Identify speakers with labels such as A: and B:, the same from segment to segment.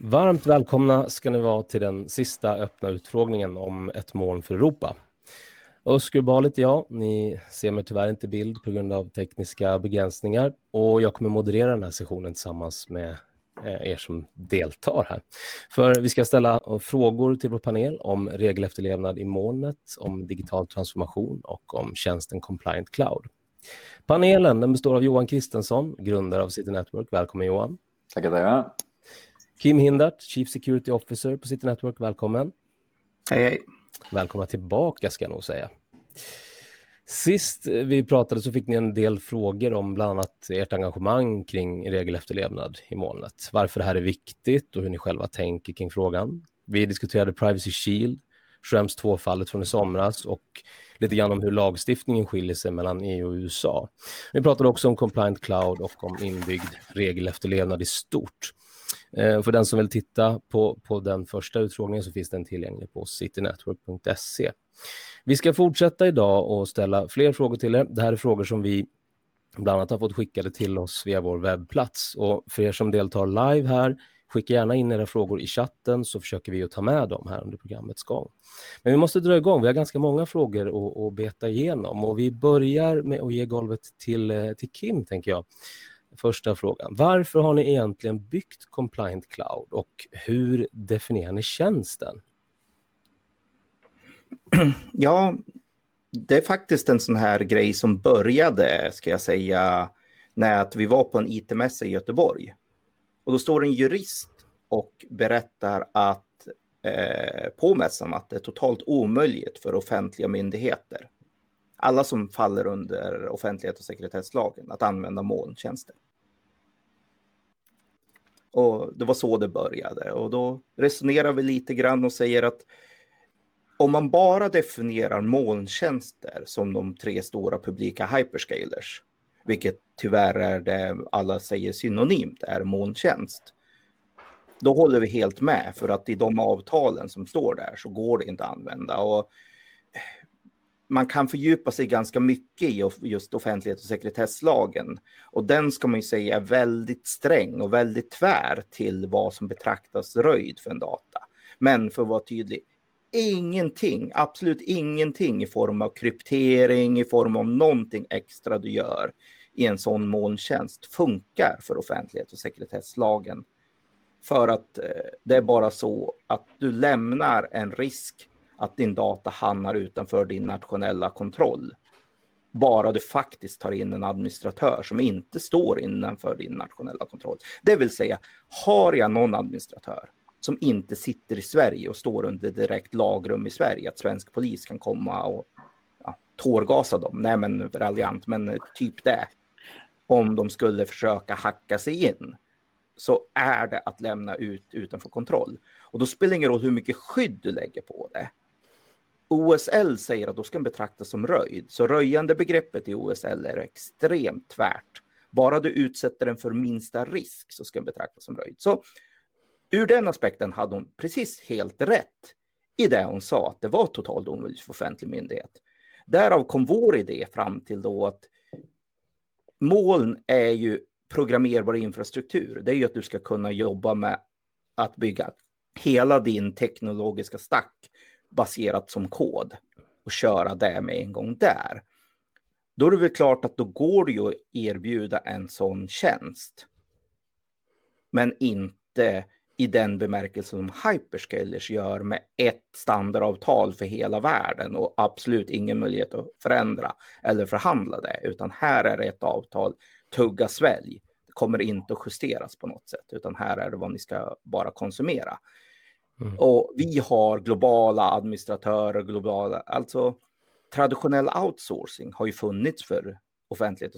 A: Varmt välkomna ska ni vara till den sista öppna utfrågningen om ett moln för Europa. Oskar Bal heter jag. Ni ser mig tyvärr inte i bild på grund av tekniska begränsningar. Och jag kommer moderera den här sessionen tillsammans med er som deltar här. För vi ska ställa frågor till vår panel om regelefterlevnad i molnet, om digital transformation och om tjänsten Compliant Cloud. Panelen den består av Johan Kristensson, grundare av City Network. Välkommen Johan.
B: Tackar.
A: Kim Hindart, Chief Security Officer på City Network. Välkommen.
C: Hej.
A: Välkomna tillbaka ska jag nog säga. Sist vi pratade så fick ni en del frågor om bland annat ert engagemang kring regelefterlevnad i molnet. Varför det här är viktigt och hur ni själva tänker kring frågan. Vi diskuterade Privacy Shield, Schrems 2-fallet från i somras och lite grann om hur lagstiftningen skiljer sig mellan EU och USA. Vi pratade också om Compliant Cloud och om inbyggd regelefterlevnad i stort. För den som vill titta på den första utfrågningen så finns den tillgänglig på citynetwork.se. Vi ska fortsätta idag och ställa fler frågor till er. Det här är frågor som vi bland annat har fått skickade till oss via vår webbplats. Och för er som deltar live här, skicka gärna in era frågor i chatten så försöker vi att ta med dem här under programmets gång. Men vi måste dra igång. Vi har ganska många frågor att beta igenom. Och vi börjar med att ge golvet till Kim, tänker jag. Första frågan. Varför har ni egentligen byggt Compliant Cloud och hur definierar ni tjänsten?
C: Ja, det är faktiskt en sån här grej som började, ska jag säga, när att vi var på en IT-mässa i Göteborg. Och då står en jurist och berättar att på mässan att det är totalt omöjligt för offentliga myndigheter, alla som faller under offentlighet- och sekretesslagen, att använda molntjänster. Och det var så det började. Och då resonerar vi lite grann och säger att om man bara definierar molntjänster som de 3 stora publika hyperscalers, vilket tyvärr är det alla säger synonymt är molntjänst, då håller vi helt med, för att i de avtalen som står där så går det inte att använda. Och man kan fördjupa sig ganska mycket i just offentlighet- och sekretesslagen. Och den ska man ju säga är väldigt sträng och väldigt tvär till vad som betraktas röjd för en data. Men för att vara tydlig, ingenting, absolut ingenting i form av kryptering, i form av någonting extra du gör i en sån molntjänst funkar för offentlighet- och sekretesslagen. För att det är bara så att du lämnar en risk att din data hamnar utanför din nationella kontroll. Bara du faktiskt tar in en administratör som inte står innanför din nationella kontroll. Det vill säga, har jag någon administratör som inte sitter i Sverige och står under direkt lagrum i Sverige, att svensk polis kan komma och tårgasa dem. Nej men raljant, men typ det. Om de skulle försöka hacka sig in, så är det att lämna utanför kontroll. Och då spelar det ingen roll hur mycket skydd du lägger på det. OSL säger att då ska den betraktas som röjd. Så röjande begreppet i OSL är extremt tvärt. Bara du utsätter den för minsta risk så ska den betraktas som röjd. Så ur den aspekten hade hon precis helt rätt i det hon sa, att det var totalt omöjligt för offentlig myndighet. Därav kom vår idé fram till då att moln är ju programmerbar infrastruktur. Det är ju att du ska kunna jobba med att bygga hela din teknologiska stack baserat som kod och köra det med en gång där. Då är det väl klart att då går det ju att erbjuda en sån tjänst. Men inte i den bemärkelse som hyperscalers gör med ett standardavtal för hela världen och absolut ingen möjlighet att förändra eller förhandla det. Utan här är det ett avtal, tugga svälj. Det kommer inte att justeras på något sätt, utan här är det vad ni ska bara konsumera. Och vi har globala administratörer, alltså traditionell outsourcing har ju funnits för offentlighet och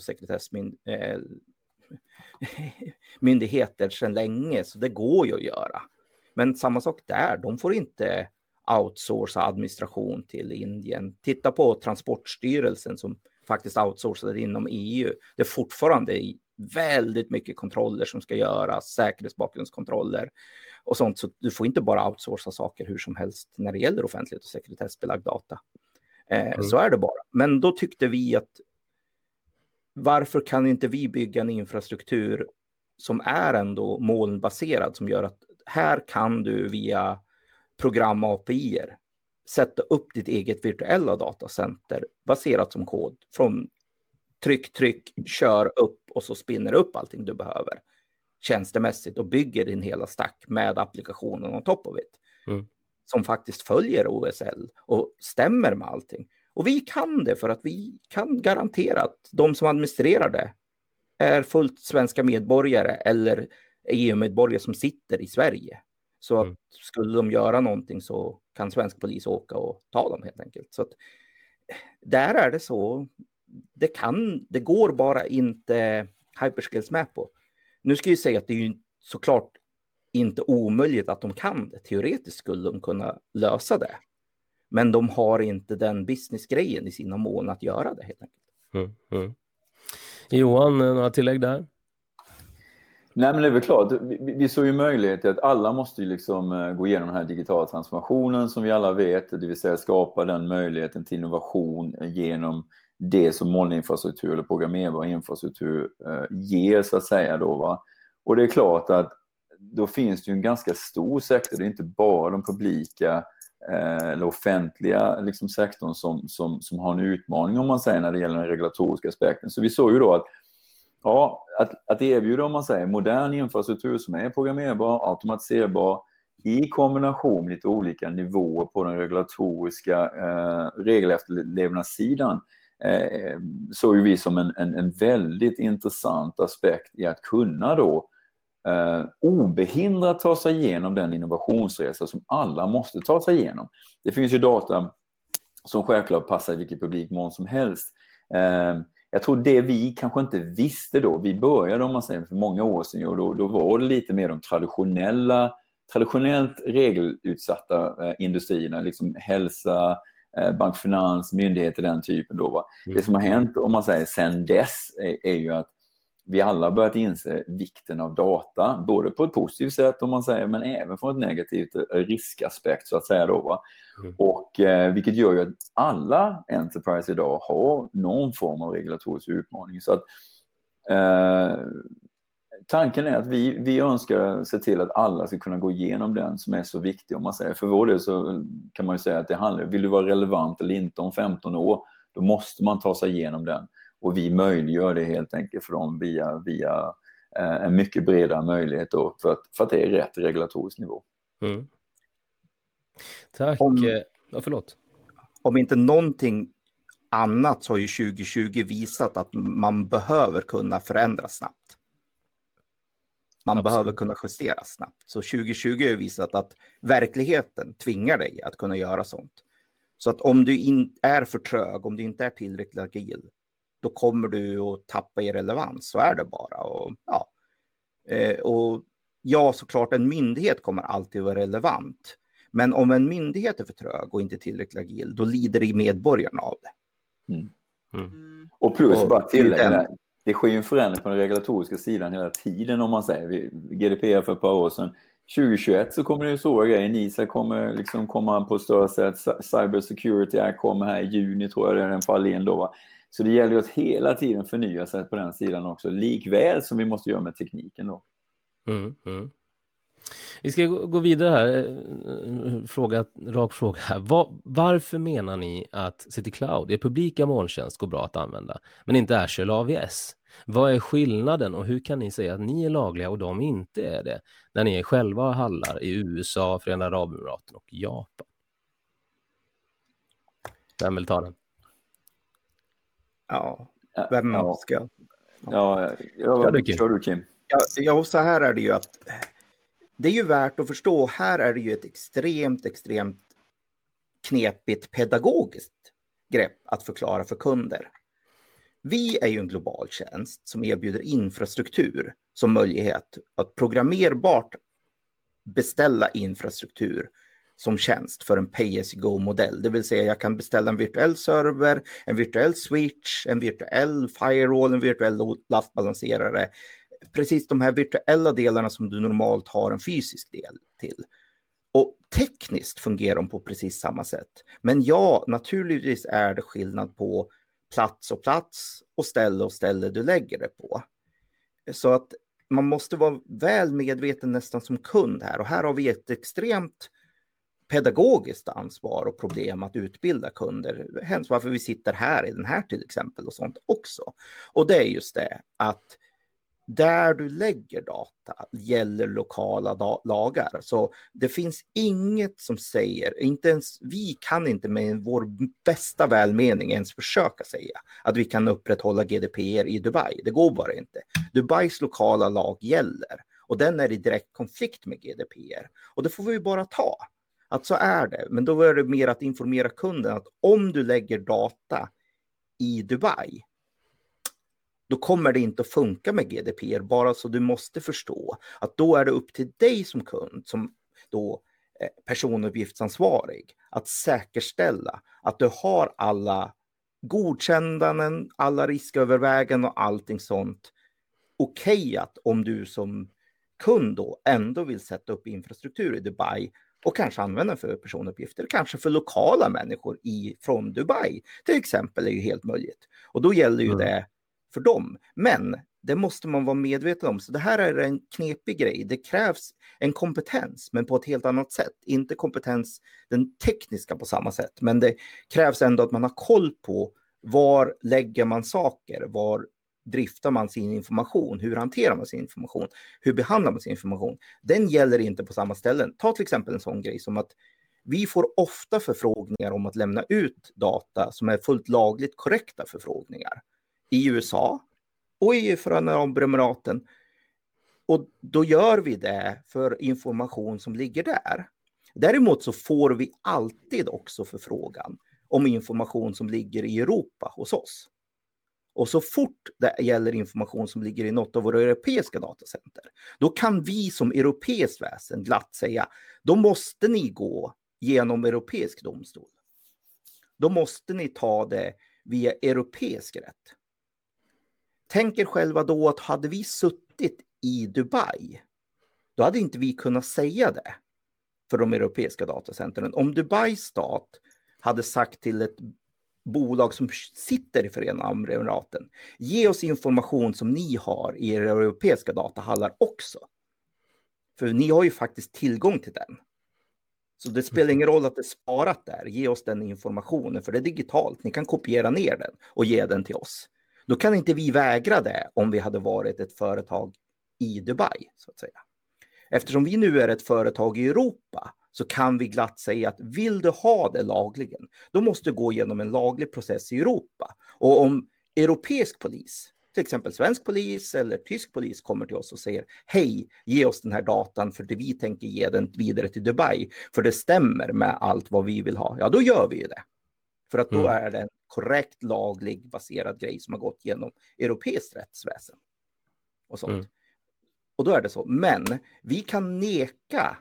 C: sekretessmyndigheter sedan länge, så det går ju att göra. Men samma sak där, de får inte outsourca administration till Indien. Titta på Transportstyrelsen som faktiskt outsourcade inom EU. Det är fortfarande väldigt mycket kontroller som ska göras, säkerhetsbakgrundskontroller och sånt, så du får inte bara outsourca saker hur som helst när det gäller offentlighet och sekretessbelagd data. Så är det bara. Men då tyckte vi att varför kan inte vi bygga en infrastruktur som är ändå molnbaserad, som gör att här kan du via program API-er sätta upp ditt eget virtuella datacenter baserat som kod från tryck, kör upp och så spinner upp allting du behöver tjänstemässigt och bygger din hela stack med applikationen on top of it. Som faktiskt följer OSL och stämmer med allting. Och vi kan det för att vi kan garantera att de som administrerar det är fullt svenska medborgare eller EU-medborgare som sitter i Sverige. Så att skulle de göra någonting så kan svensk polis åka och ta dem helt enkelt. Så att där är det så. Det går bara inte Hyperscales med på. Nu ska jag säga att det är ju såklart inte omöjligt att de kan det. Teoretiskt skulle de kunna lösa det. Men de har inte den businessgrejen i sina moln att göra det helt enkelt.
A: Johan, några tillägg där?
B: Nej, men det är väl klart. Vi såg ju möjlighet att alla måste ju liksom gå igenom den här digitala transformationen som vi alla vet. Det vill säga skapa den möjligheten till innovation genom det som molninfrastruktur eller programmerbar infrastruktur ger så att säga då, va. Och det är klart att då finns det ju en ganska stor sektor. Det är inte bara de publika eller offentliga liksom sektorn som har en utmaning om man säger när det gäller den regulatoriska aspekten. Så vi såg ju då att att erbjuda om man säger modern infrastruktur som är programmerbar, automatiserbar i kombination med lite olika nivåer på den regulatoriska regelefterlevnadssidan såg ju vi som en väldigt intressant aspekt i att kunna då obehindrat ta sig igenom den innovationsresa som alla måste ta sig igenom. Det finns ju data som självklart passar i vilket publikmål som helst. Jag tror det vi kanske inte visste då, vi började om man säger för många år sedan och då var det lite mer de traditionellt regelutsatta industrierna, liksom hälsa, bankfinans, myndigheter, den typen då. Va? Det som har hänt om man säger sen dess är ju att vi alla börjat inse vikten av data, både på ett positivt sätt om man säger, men även från ett negativt riskaspekt så att säga då. Va? Och vilket gör ju att alla enterprise idag har någon form av regulatorisk utmaning. Så att tanken är att vi önskar se till att alla ska kunna gå igenom den som är så viktig om man säger. För vår del så kan man ju säga att det handlar, vill du vara relevant eller inte om 15 år, då måste man ta sig igenom den. Och vi möjliggör det helt enkelt för dem via en mycket bredare möjlighet då, för att det är rätt regulatorisk nivå.
A: Tack. Förlåt.
C: Om inte någonting annat så har ju 2020 visat att man behöver kunna förändra snabbt. Man behöver kunna justera snabbt. Så 2020 har visat att verkligheten tvingar dig att kunna göra sånt. Så att om du är för trög, om du inte är tillräckligt agil, då kommer du att tappa i relevans. Så är det bara. Och såklart en myndighet kommer alltid vara relevant. Men om en myndighet är för trög och inte tillräckligt agil, då lider i medborgarna av det.
B: Och plus bara tillägga, det sker ju en förändring på den regulatoriska sidan hela tiden om man säger. GDPR för ett par år sedan. 2021 så kommer det ju stora grejer. NISA kommer liksom komma på ett större sätt. Cyber Security Act kommer här i juni tror jag det är den faller in då. Va? Så det gäller ju att hela tiden förnya sig på den sidan också. Likväl som vi måste göra med tekniken då.
A: Vi ska gå vidare här. Rak fråga här. Varför menar ni att City Cloud är publika molntjänst går bra att använda, men inte Azure eller AWS? Vad är skillnaden och hur kan ni säga att ni är lagliga och de inte är det när ni själva har hallar i USA, Förenade Arabemiraten och Japan? Vem vill ta den?
C: Vem ska?
B: Kör du Kim.
C: Så här är det ju att det är ju värt att förstå, här är det ju ett extremt knepigt pedagogiskt grepp att förklara för kunder. Vi är ju en global tjänst som erbjuder infrastruktur som möjlighet att programmerbart beställa infrastruktur som tjänst för en pay-as-you-go-modell. Det vill säga jag kan beställa en virtuell server, en virtuell switch, en virtuell firewall, en virtuell lastbalanserare. Precis de här virtuella delarna som du normalt har en fysisk del till. Och tekniskt fungerar de på precis samma sätt. Men naturligtvis är det skillnad på plats och ställe du lägger det på. Så att man måste vara väl medveten nästan som kund här. Och här har vi ett extremt pedagogiskt ansvar och problem att utbilda kunder. Hence varför vi sitter här i den här till exempel och sånt också. Och det är just det att där du lägger data gäller lokala lagar. Så det finns inget som säger, inte ens vi kan inte med vår bästa välmening ens försöka säga att vi kan upprätthålla GDPR i Dubai. Det går bara inte. Dubais lokala lag gäller och den är i direkt konflikt med GDPR. Och det får vi bara ta. Att så är det. Men då är det mer att informera kunden att om du lägger data i Dubai, då kommer det inte att funka med GDPR, bara så du måste förstå att då är det upp till dig som kund, som då personuppgiftsansvarig, att säkerställa att du har alla godkännanden, alla risköverväganden och allting sånt okejat om du som kund då ändå vill sätta upp infrastruktur i Dubai och kanske använda för personuppgifter, kanske för lokala människor från Dubai till exempel, är ju helt möjligt. Och då gäller ju det för dem. Men det måste man vara medveten om. Så det här är en knepig grej. Det krävs en kompetens, men på ett helt annat sätt. Inte kompetens, den tekniska på samma sätt. Men det krävs ändå att man har koll på var lägger man saker, var driftar man sin information, hur hanterar man sin information, hur behandlar man sin information. Den gäller inte på samma ställen. Ta till exempel en sån grej som att vi får ofta förfrågningar om att lämna ut data som är fullt lagligt korrekta förfrågningar i USA och i Förenade Arabemiraten. Och då gör vi det för information som ligger där. Däremot så får vi alltid också förfrågan om information som ligger i Europa hos oss. Och så fort det gäller information som ligger i något av våra europeiska datacenter, då kan vi som europeiskt väsen glatt säga, då måste ni gå genom europeisk domstol. Då måste ni ta det via europeisk rätt. Tänk er själva då att hade vi suttit i Dubai, då hade inte vi kunnat säga det för de europeiska datacentren. Om Dubais stat hade sagt till ett bolag som sitter i Förenade Arabemiraten, ge oss information som ni har i era europeiska datahallar också. För ni har ju faktiskt tillgång till den. Så det spelar ingen roll att det är sparat där. Ge oss den informationen, för det är digitalt. Ni kan kopiera ner den och ge den till oss. Då kan inte vi vägra det om vi hade varit ett företag i Dubai, så att säga. Eftersom vi nu är ett företag i Europa så kan vi glatt säga att vill du ha det lagligen, då måste du gå igenom en laglig process i Europa. Och om europeisk polis, till exempel svensk polis eller tysk polis, kommer till oss och säger hej, ge oss den här datan för det vi tänker ge den vidare till Dubai, för det stämmer med allt vad vi vill ha, ja då gör vi ju det. För att då är det en korrekt laglig baserad grej som har gått genom europeiskt rättsväsen och sånt. Och då är det så. Men vi kan neka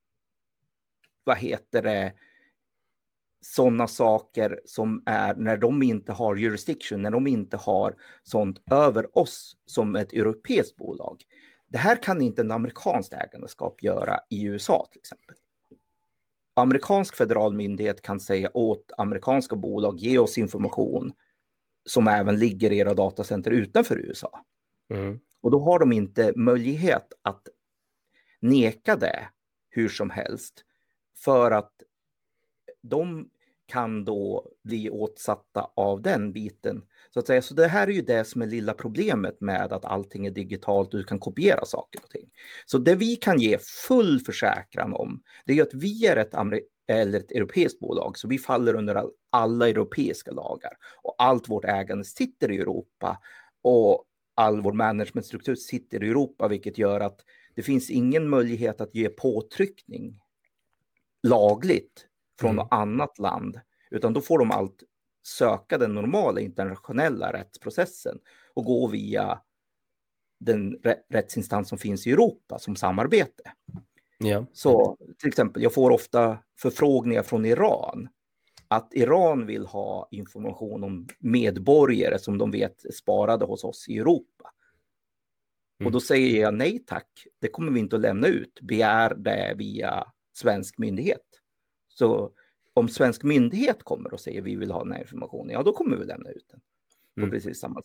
C: sådana saker som är när de inte har jurisdiction, när de inte har sånt över oss som ett europeiskt bolag. Det här kan inte en amerikansk ägandeskap göra i USA till exempel. Amerikansk federal myndighet kan säga åt amerikanska bolag, ge oss information som även ligger i era datacenter utanför USA. Och då har de inte möjlighet att neka det hur som helst, för att de kan då bli åtsatta av den biten. Så att säga. Så det här är ju det som är lilla problemet med att allting är digitalt och du kan kopiera saker och ting. Så det vi kan ge full försäkran om, det är ju att vi är ett europeiskt bolag, så vi faller under alla europeiska lagar. Och allt vårt ägande sitter i Europa och all vår managementstruktur sitter i Europa, vilket gör att det finns ingen möjlighet att ge påtryckning lagligt från något annat land, utan då får de allt söka den normala internationella rättsprocessen och gå via den rättsinstans som finns i Europa som samarbete.
A: Ja.
C: Så till exempel, jag får ofta förfrågningar från Iran att Iran vill ha information om medborgare som de vet är sparade hos oss i Europa. Och då säger jag nej tack, det kommer vi inte att lämna ut. Begär det via svensk myndighet. Så om svensk myndighet kommer och säger vi vill ha den här informationen, ja då kommer vi lämna ut den på precis samma sätt.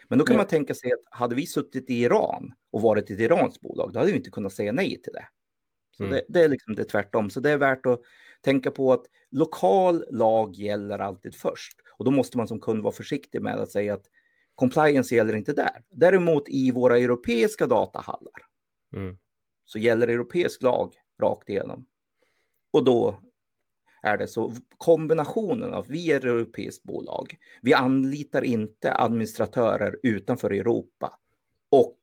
C: Men då kan man tänka sig att hade vi suttit i Iran och varit ett iranskt bolag, då hade vi inte kunnat säga nej till det. Så det är liksom det tvärtom. Så det är värt att tänka på att lokal lag gäller alltid först. Och då måste man som kund vara försiktig med att säga att compliance gäller inte där. Däremot i våra europeiska datahallar så gäller europeisk lag rakt igenom. Och då är det så kombinationen av vi är ett europeiskt bolag. Vi anlitar inte administratörer utanför Europa. Och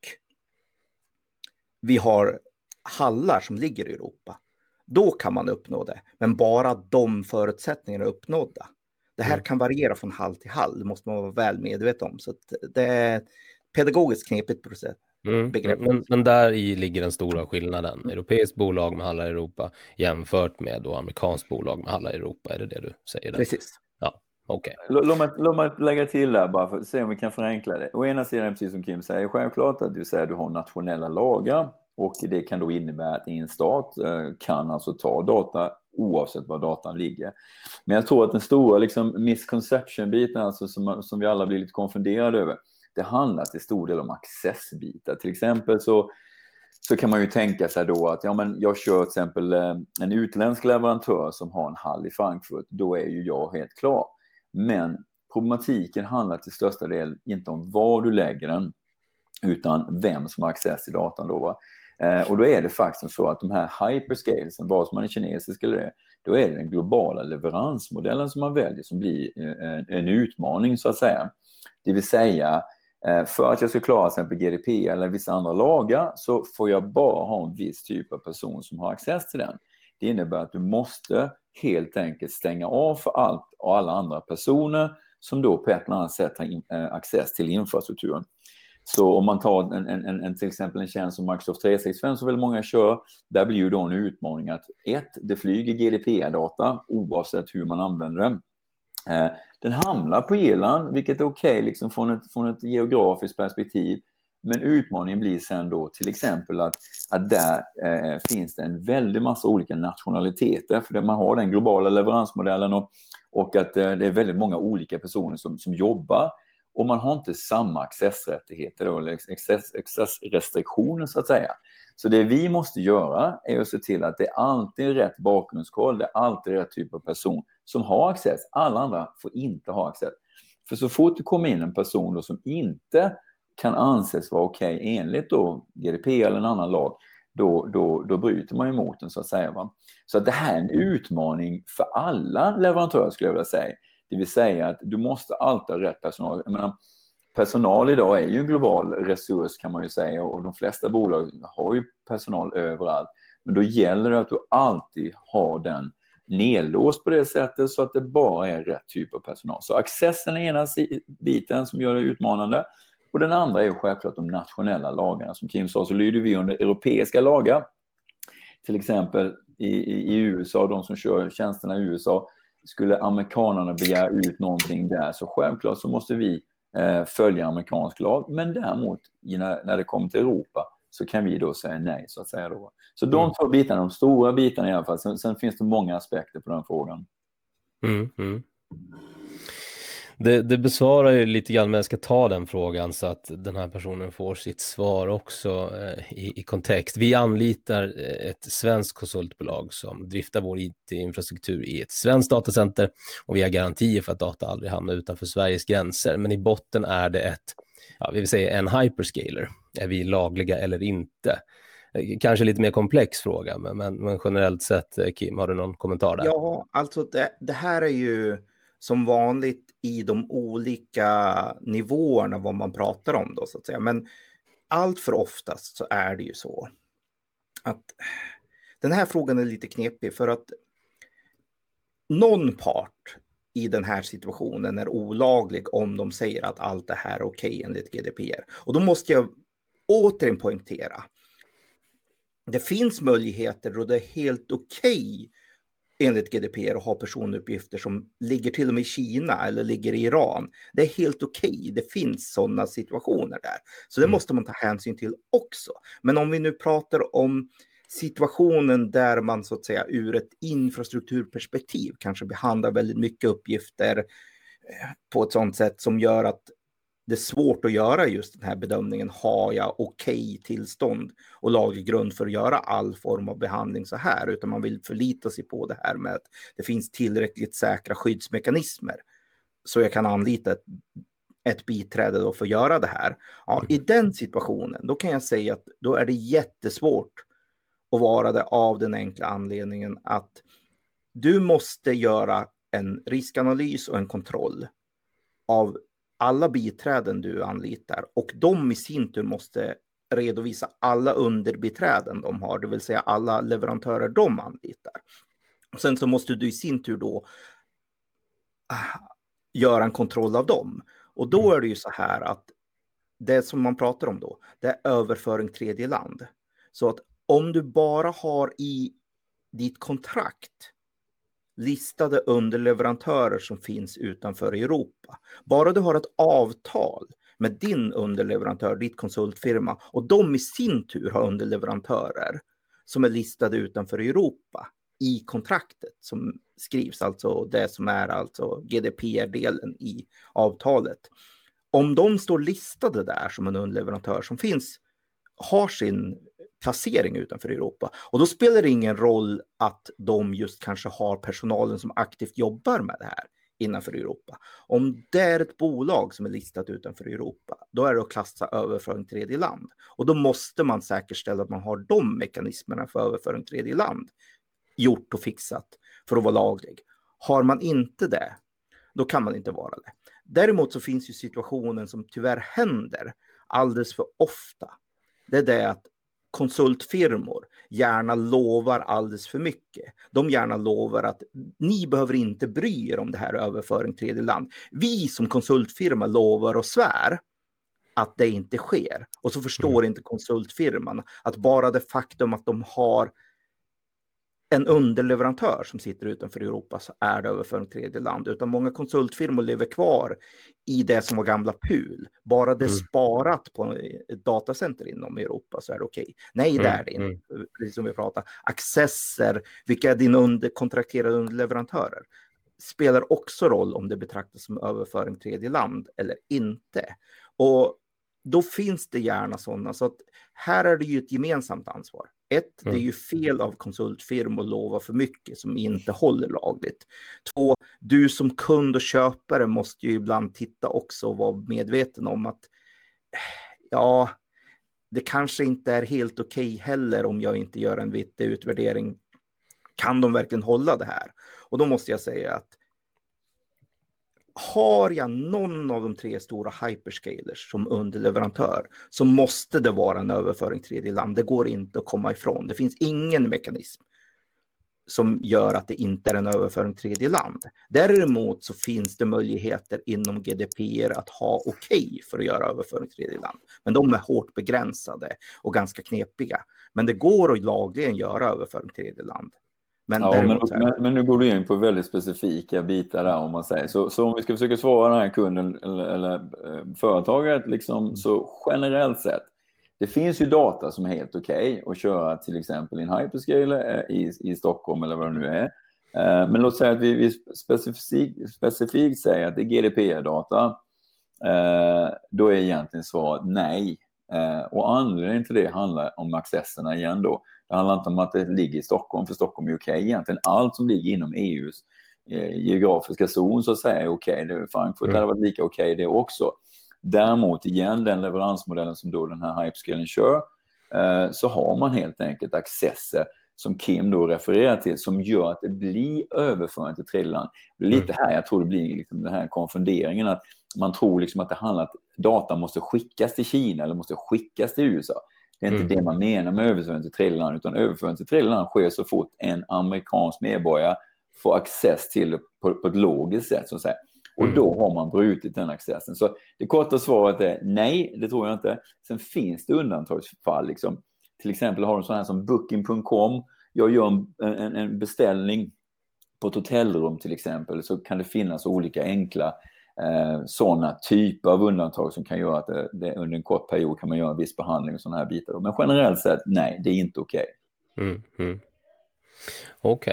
C: vi har hallar som ligger i Europa. Då kan man uppnå det. Men bara de förutsättningarna är uppnådda. Det här kan variera från hall till hall. Det måste man vara väl medveten om. Så att det är pedagogiskt knepigt process.
A: Men där i ligger den stora skillnaden. Europeiskt bolag med hallar i Europa jämfört med då amerikanskt bolag med hallar i Europa. Är det du säger där?
C: Precis.
A: Ja, okej.
B: Låt mig lägga till där bara för att se om vi kan förenkla det. Å ena sidan, precis som Kim säger, självklart att du säger att du har nationella lagar. Och det kan då innebära att en stat kan alltså ta data oavsett var datan ligger. Men jag tror att den stora liksom, misconception-biten alltså, som vi alla blir lite konfunderade över, det handlar till stor del om accessbitar. Till exempel så kan man ju tänka sig då att jag kör till exempel en utländsk leverantör som har en hall i Frankfurt. Då är ju jag helt klar. Men problematiken handlar till största del inte om var du lägger den utan vem som har access till datan då, va? Och då är det faktiskt så att de här hyperscalesen, vare sig man är kinesisk eller det, då är det den globala leveransmodellen som man väljer som blir en utmaning så att säga. Det vill säga, för att jag ska klara till exempel GDP eller vissa andra lagar så får jag bara ha en viss typ av person som har access till den. Det innebär att du måste helt enkelt stänga av för allt och alla andra personer som då på ett eller annat sätt har access till infrastrukturen. Så om man tar en till exempel en tjänst som Microsoft 365 så väl många kör, där blir ju då en utmaning att det flyger GDPR-data oavsett hur man använder den. Den hamnar på Irland, vilket är okej liksom från ett geografiskt perspektiv. Men utmaningen blir sen då till exempel att där finns det en väldig massa olika nationaliteter. För man har den globala leveransmodellen och att det är väldigt många olika personer som jobbar. Och man har inte samma accessrättigheter eller accessrestriktioner så att säga. Så det vi måste göra är att se till att det alltid är rätt bakgrundskoll, det är alltid rätt typ av person som har access. Alla andra får inte ha access. För så fort det kommer in en person då som inte kan anses vara okej enligt då GDPR eller en annan lag, då bryter man emot den så att säga. Va? Så att det här är en utmaning för alla leverantörer skulle jag vilja säga. Det vill säga att du måste alltid ha rätt personal. Jag menar, personal idag är ju en global resurs kan man ju säga och de flesta bolag har ju personal överallt. Men då gäller det att du alltid har den nedlåst på det sättet så att det bara är rätt typ av personal. Så accessen är ena biten som gör det utmanande och den andra är ju självklart de nationella lagarna. Som Kim sa så lyder vi under europeiska lagar. Till exempel i USA, de som kör tjänsterna i USA, skulle amerikanerna begära ut någonting där så självklart så måste vi följa amerikansk lag. Men däremot när det kommer till Europa så kan vi då säga nej så att säga då. Så de två bitarna, de stora bitarna i alla fall. Sen finns det många aspekter på den frågan.
A: Det besvarar ju lite grann, men jag ska ta den frågan så att den här personen får sitt svar också i kontext. Vi anlitar ett svenskt konsultbolag som driftar vår IT-infrastruktur i ett svenskt datacenter och vi har garantier för att data aldrig hamnar utanför Sveriges gränser. Men i botten är det vi vill säga en hyperscaler. Är vi lagliga eller inte? Kanske lite mer komplex fråga, men generellt sett, Kim, har du någon kommentar där?
C: Ja, alltså det här är ju som vanligt i de olika nivåerna vad man pratar om då så att säga. Men allt för oftast så är det ju så att den här frågan är lite knepig för att någon part i den här situationen är olaglig om de säger att allt det här är okej enligt GDPR. Och då måste jag återigen poängtera. Det finns möjligheter och det är helt okej enligt GDPR att ha personuppgifter som ligger till och med i Kina eller ligger i Iran. Det är helt okej. Det finns sådana situationer där. Så det måste man ta hänsyn till också. Men om vi nu pratar om situationen där man så att säga ur ett infrastrukturperspektiv kanske behandlar väldigt mycket uppgifter på ett sådant sätt som gör att det är svårt att göra just den här bedömningen. Har jag okej tillstånd och laglig grund för att göra all form av behandling så här? Utan man vill förlita sig på det här med att det finns tillräckligt säkra skyddsmekanismer så jag kan anlita ett biträde då för att göra det här. Ja, i den situationen, då kan jag säga att då är det jättesvårt att vara det av den enkla anledningen att du måste göra en riskanalys och en kontroll av alla biträden du anlitar, och de i sin tur måste redovisa alla underbiträden de har, det vill säga alla leverantörer de anlitar. Och sen så måste du i sin tur då göra en kontroll av dem. Och då är det ju så här att det som man pratar om då, det är överföring tredje land. Så att om du bara har i ditt kontrakt listade underleverantörer som finns utanför Europa. Bara du har ett avtal med din underleverantör, ditt konsultfirma, och de i sin tur har underleverantörer som är listade utanför Europa i kontraktet som skrivs, alltså det som är alltså GDPR-delen i avtalet. Om de står listade där som en underleverantör som har sin placering utanför Europa. Och då spelar det ingen roll att de just kanske har personalen som aktivt jobbar med det här innanför Europa. Om det är ett bolag som är listat utanför Europa, då är det att klassa överföring till tredje land. Och då måste man säkerställa att man har de mekanismerna för överföring till tredje land gjort och fixat för att vara laglig. Har man inte det, då kan man inte vara det. Däremot så finns ju situationen som tyvärr händer alldeles för ofta. Det är det att konsultfirmor gärna lovar alldeles för mycket. De gärna lovar att ni behöver inte bry er om det här överföring till tredje land. Vi som konsultfirma lovar och svär att det inte sker. Och så förstår inte konsultfirman att bara det faktum att de har en underleverantör som sitter utanför Europa så är det överföring till tredje land. Utan många konsultfirmor lever kvar i det som var gamla PUL. Bara det sparat på ett datacenter inom Europa så är det okej. Nej, det är det inte. Precis som vi pratar. Accesser, vilka är dina kontrakterade underleverantörer, spelar också roll om det betraktas som överföring till tredje land eller inte. Och då finns det gärna sådana. Så att här är det ju ett gemensamt ansvar. Det är ju fel av konsultfirmor att lova för mycket som inte håller lagligt. 2, du som kund och köpare måste ju ibland titta också och vara medveten om att ja, det kanske inte är helt okej heller om jag inte gör en vettig utvärdering. Kan de verkligen hålla det här? Och då måste jag säga att har jag någon av de 3 stora hyperscalers som underleverantör så måste det vara en överföring till tredje land. Det går inte att komma ifrån. Det finns ingen mekanism som gör att det inte är en överföring till tredje land. Däremot så finns det möjligheter inom GDPR att ha okej för att göra överföring till tredje land. Men de är hårt begränsade och ganska knepiga. Men det går att lagligen göra överföring till tredje land.
B: Men nu går du in på väldigt specifika bitar där om man säger. Så om vi ska försöka svara den här kunden eller företaget liksom, så generellt sett. Det finns ju data som är helt okej att köra till exempel i en hyperscaler i Stockholm eller vad det nu är. Men låt säga att vi specifikt säger att det är GDPR-data. Då är egentligen svaret nej. Och anledningen till det handlar om accesserna igen då. Det handlar inte om att det ligger i Stockholm, för Stockholm är okej. Egentligen allt som ligger inom EUs geografiska zon så att säga är okej. Frankfurt hade varit lika okej det också. Däremot igen, den leveransmodellen som då den här hyperscalen kör, så har man helt enkelt accesser som Kim då refererar till som gör att det blir överföring till tredje land. Det är lite här jag tror det blir liksom den här konfunderingen att man tror liksom att det handlar om att data måste skickas till Kina eller måste skickas till USA. Det är inte det man menar med överföring till tredje land, utan överföring till tredje land sker så fort en amerikansk medborgare får access till det på ett logiskt sätt så att säga. Och då har man brutit den accessen. Så det korta svaret är nej, det tror jag inte. Sen finns det undantagsfall. Liksom. Till exempel har du sådana här som booking.com. Jag gör en beställning på ett hotellrum till exempel. Så kan det finnas olika enkla sådana typer av undantag som kan göra att det under en kort period kan man göra en viss behandling och sådana här bitar. Men generellt sett, nej, det är inte okej.
A: Okej.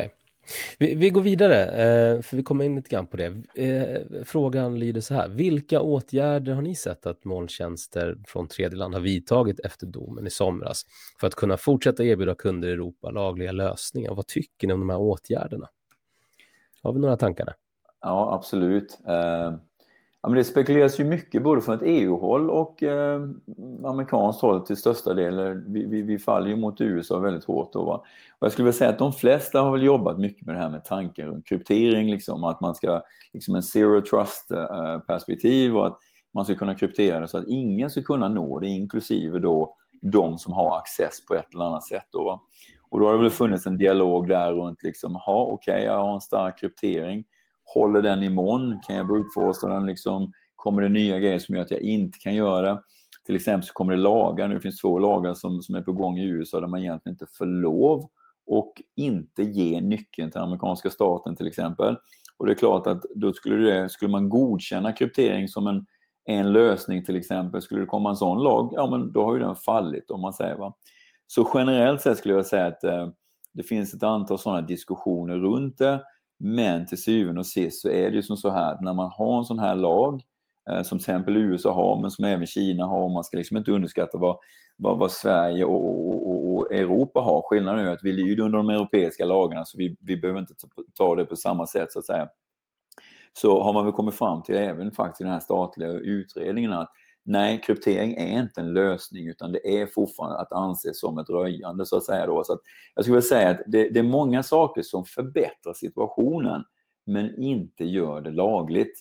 A: Vi går vidare, för vi kommer in lite grann på det. Frågan lyder så här. Vilka åtgärder har ni sett att molntjänster från tredjeland har vidtagit efter domen i somras för att kunna fortsätta erbjuda kunder i Europa lagliga lösningar? Vad tycker ni om de här åtgärderna? Har vi några tankar där?
B: Ja, absolut. Ja, men det spekuleras ju mycket både från ett EU-håll och amerikanskt håll till största del. Vi faller ju mot USA väldigt hårt då, va? Och jag skulle vilja säga att de flesta har väl jobbat mycket med det här med tankar om kryptering, liksom, att man ska, liksom en zero trust perspektiv, och att man ska kunna kryptera det så att ingen ska kunna nå det, inklusive då de som har access på ett eller annat sätt då, va? Och då har det väl funnits en dialog där runt liksom, okej, jag har en stark kryptering. Håller den imorgon? Kan jag brute-force den? Liksom, kommer det nya grejer som gör att jag inte kan göra det? Till exempel så kommer det lagar. Nu finns 2 lagar som är på gång i USA där man egentligen inte får lov och inte ge nyckeln till amerikanska staten till exempel. Och det är klart att då skulle man godkänna kryptering som en lösning till exempel. Skulle det komma en sån lag, ja men då har ju den fallit, om man säger, va. Så generellt sett skulle jag säga att det finns ett antal sådana diskussioner runt det. Men till syvende och sist så är det ju som så här, när man har en sån här lag som till exempel USA har, men som även Kina har, och man ska liksom inte underskatta vad Sverige och Europa har. Skillnaden är att vi lyder under de europeiska lagarna, så vi behöver inte ta det på samma sätt så att säga. Så har man väl kommit fram till även faktiskt i den här statliga utredningen att nej, kryptering är inte en lösning, utan det är fortfarande att anse som ett röjande så att säga då. Så att jag skulle vilja säga att det är många saker som förbättrar situationen men inte gör det lagligt.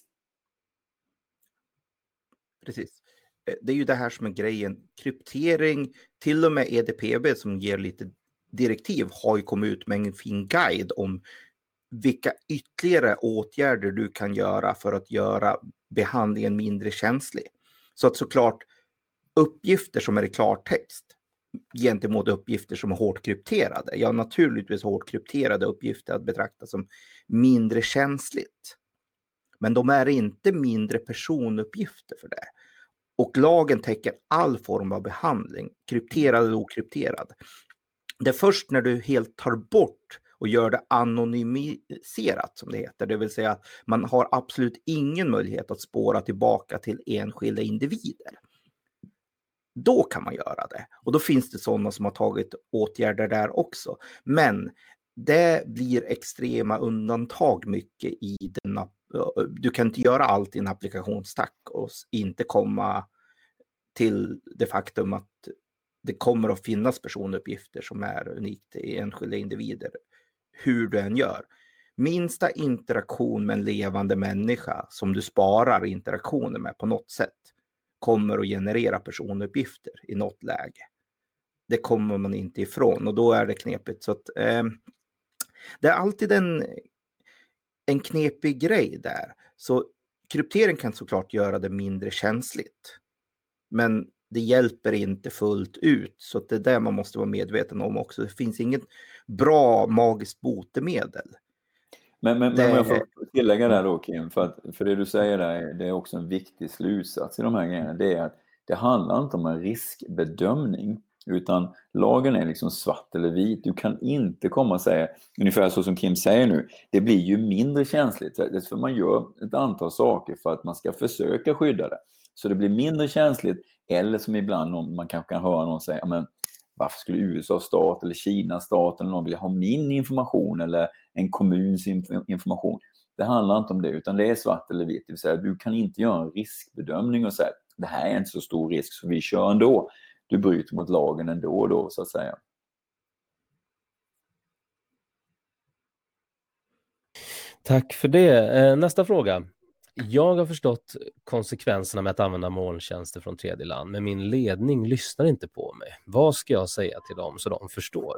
C: Precis. Det är ju det här som är grejen. Kryptering, till och med EDPB som ger lite direktiv, har ju kommit ut med en fin guide om vilka ytterligare åtgärder du kan göra för att göra behandlingen mindre känslig. Så att såklart uppgifter som är i klartext gentemot uppgifter som är hårt krypterade. Ja, naturligtvis hårt krypterade uppgifter att betrakta som mindre känsligt. Men de är inte mindre personuppgifter för det. Och lagen täcker all form av behandling, krypterad eller okrypterad. Det är först när du helt tar bort och gör det anonymiserat som det heter. Det vill säga att man har absolut ingen möjlighet att spåra tillbaka till enskilda individer. Då kan man göra det. Och då finns det sådana som har tagit åtgärder där också. Men det blir extrema undantag mycket i denna. Du kan inte göra allt i en applikationstack och inte komma till det faktum att det kommer att finnas personuppgifter som är unikt i enskilda individer. Hur du än gör. Minsta interaktion med en levande människa som du sparar interaktioner med på något sätt kommer att generera personuppgifter i något läge. Det kommer man inte ifrån och då är det knepigt. Så att, det är alltid en knepig grej där. Så kryptering kan såklart göra det mindre känsligt. Men det hjälper inte fullt ut. Så att det är det man måste vara medveten om också. Det finns inget bra magiskt botemedel.
B: Men om jag får tillägga där då, Kim, för det du säger där, det är också en viktig slutsats i de här grejerna. Det är att det handlar inte om en riskbedömning, utan lagen är liksom svart eller vit. Du kan inte komma och säga, ungefär så som Kim säger nu, det blir ju mindre känsligt. För man gör ett antal saker för att man ska försöka skydda det. Så det blir mindre känsligt, eller som ibland man kanske kan höra någon säga, men varför skulle USA stat eller Kina stat eller någon vilja ha min information eller en kommuns information? Det handlar inte om det, utan det är svart eller vitt. Det vill säga, du kan inte göra en riskbedömning och säga, det här är inte så stor risk så vi kör ändå. Du bryter mot lagen ändå då, så att säga.
A: Tack för det. Nästa fråga. Jag har förstått konsekvenserna med att använda molntjänster från tredje land, men min ledning lyssnar inte på mig. Vad ska jag säga till dem så de förstår?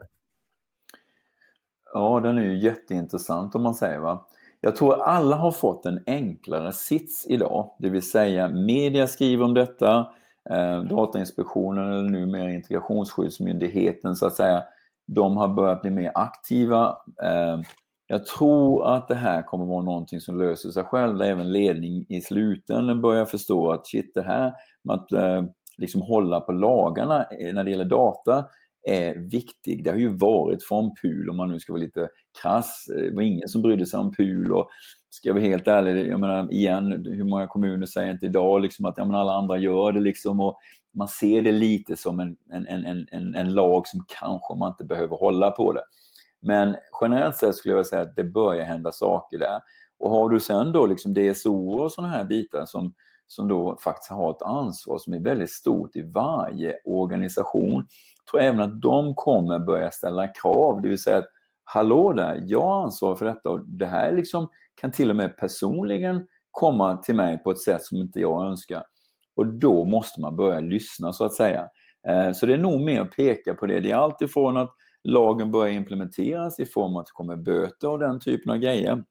B: Ja, den är ju jätteintressant om man säger, va. Jag tror alla har fått en enklare sits idag. Det vill säga, media skriver om detta, Datainspektionen eller numera Integrationsskyddsmyndigheten så att säga, de har börjat bli mer aktiva. Jag tror att det här kommer vara någonting som löser sig själv. Även ledning i slutändan börjar förstå att shit, det här med att liksom hålla på lagarna när det gäller data är viktig. Det har ju varit från PUL, om man nu ska vara lite krass. Det var ingen som brydde sig om PUL, och ska jag vara helt ärlig, jag menar igen, hur många kommuner säger inte idag liksom att alla andra gör det liksom, och man ser det lite som en lag som kanske man inte behöver hålla på det. Men generellt sett skulle jag säga att det börjar hända saker där. Och har du sen då liksom DSO och sådana här bitar som då faktiskt har ett ansvar som är väldigt stort i varje organisation, tror jag även att de kommer börja ställa krav. Det vill säga att hallå där, jag ansvarar för detta, och det här liksom kan till och med personligen komma till mig på ett sätt som inte jag önskar. Och då måste man börja lyssna så att säga. Så det är nog mer att peka på det. Det är allt ifrån att lagen börjar implementeras i form av att det kommer böter och den typen av grejer,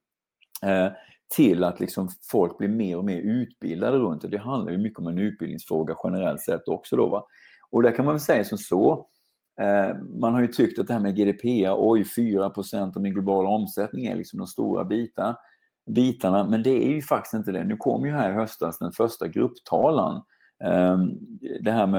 B: till att liksom folk blir mer och mer utbildade runt det. Det handlar ju mycket om en utbildningsfråga generellt sett också då, va? Och där kan man väl säga som så, man har ju tyckt att det här med GDPR, 4% av min globala omsättning är liksom de stora bitarna, men det är ju faktiskt inte det. Nu kom ju här i höstas den första grupptalan, det här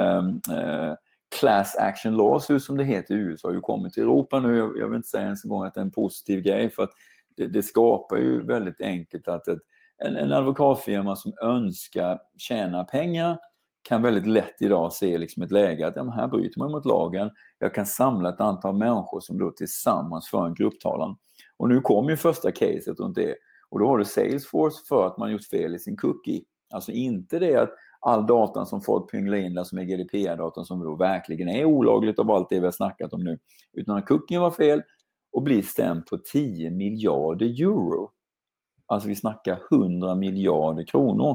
B: med class action lawsuit som det heter i USA har ju kommit till Europa nu. Jag vill inte säga ens en gång att det är en positiv grej, för att det skapar ju väldigt enkelt att en advokatfirma som önskar tjäna pengar kan väldigt lätt idag se liksom ett läge att här bryter man mot lagen. Jag kan samla ett antal människor som då tillsammans för en grupptalan. Och nu kommer ju första caset runt det. Och då har du Salesforce för att man gjort fel i sin cookie. Alltså inte det att all datan som folk pynglar in där som är GDPR-datan som då verkligen är olagligt av allt det vi har snackat om nu. Utan att cookien var fel och blir stämd på 10 miljarder euro. Alltså vi snackar 100 miljarder kronor.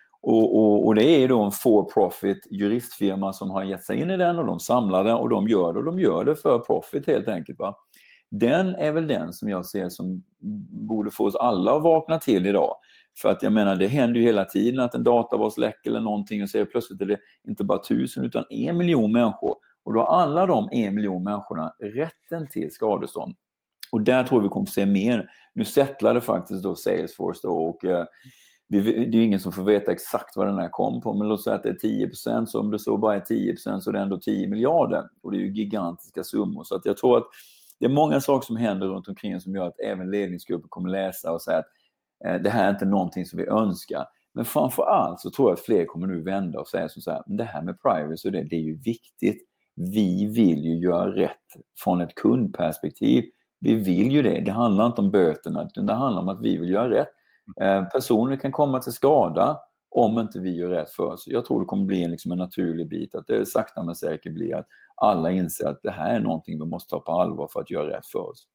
B: Och det är då en for-profit juristfirma som har gett sig in i den, och de samlar den och de gör det för profit helt enkelt, va? Den är väl den som jag ser som borde få oss alla att vakna till idag. För att jag menar, det händer ju hela tiden att en databas läcker eller någonting, och så är plötsligt är det inte bara 1000 utan 1 miljon människor. Och då har alla de 1 miljon människorna rätten till skadestånd. Och där tror vi kommer se mer. Nu settlade faktiskt då Salesforce då, och det är ju ingen som får veta exakt vad den här kom på, men låt säga att det är 10%, så om det så bara är 10% så är det ändå 10 miljarder. Och det är ju gigantiska summor. Så att jag tror att det är många saker som händer runt omkring som gör att även ledningsgrupper kommer läsa och säga att det här är inte någonting som vi önskar. Men framförallt så tror jag att fler kommer nu vända och säga så här, det här med privacy, det är ju viktigt. Vi vill ju göra rätt från ett kundperspektiv. Vi vill ju det. Det handlar inte om böterna, utan det handlar om att vi vill göra rätt. Personer kan komma till skada om inte vi gör rätt för oss. Jag tror det kommer bli en naturlig bit, att det sakta men säkert blir att alla inser att det här är någonting vi måste ta på allvar för att göra rätt för oss.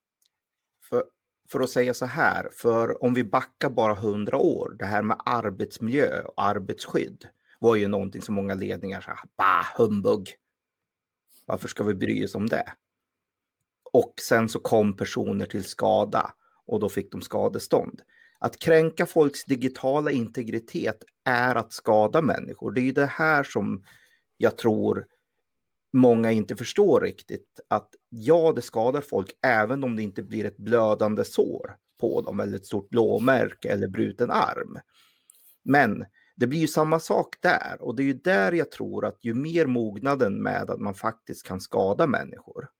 C: För att säga så här, för om vi backar bara 100 år, det här med arbetsmiljö och arbetsskydd var ju någonting som många ledningar sa, humbug. Varför ska vi bry oss om det? Och sen så kom personer till skada och då fick de skadestånd. Att kränka folks digitala integritet är att skada människor. Det är ju det här som jag tror många inte förstår riktigt. Att ja, det skadar folk även om det inte blir ett blödande sår på dem eller ett stort blåmärke eller bruten arm. Men det blir ju samma sak där, och det är ju där jag tror att ju mer mognaden med att man faktiskt kan skada människor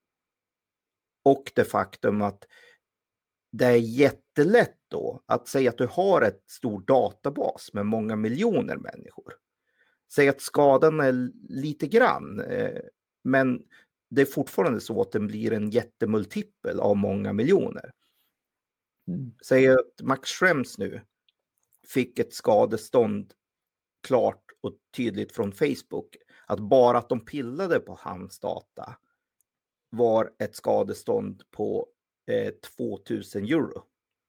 C: och det faktum att det är jättelätt då att säga att du har ett stor databas med många miljoner människor. Säg att skadan är lite grann, men det är fortfarande så att den blir en jättemultipel av många miljoner. Säg att Max Schrems nu fick ett skadestånd klart och tydligt från Facebook. Att bara att de pillade på hans data var ett skadestånd på 2000 euro.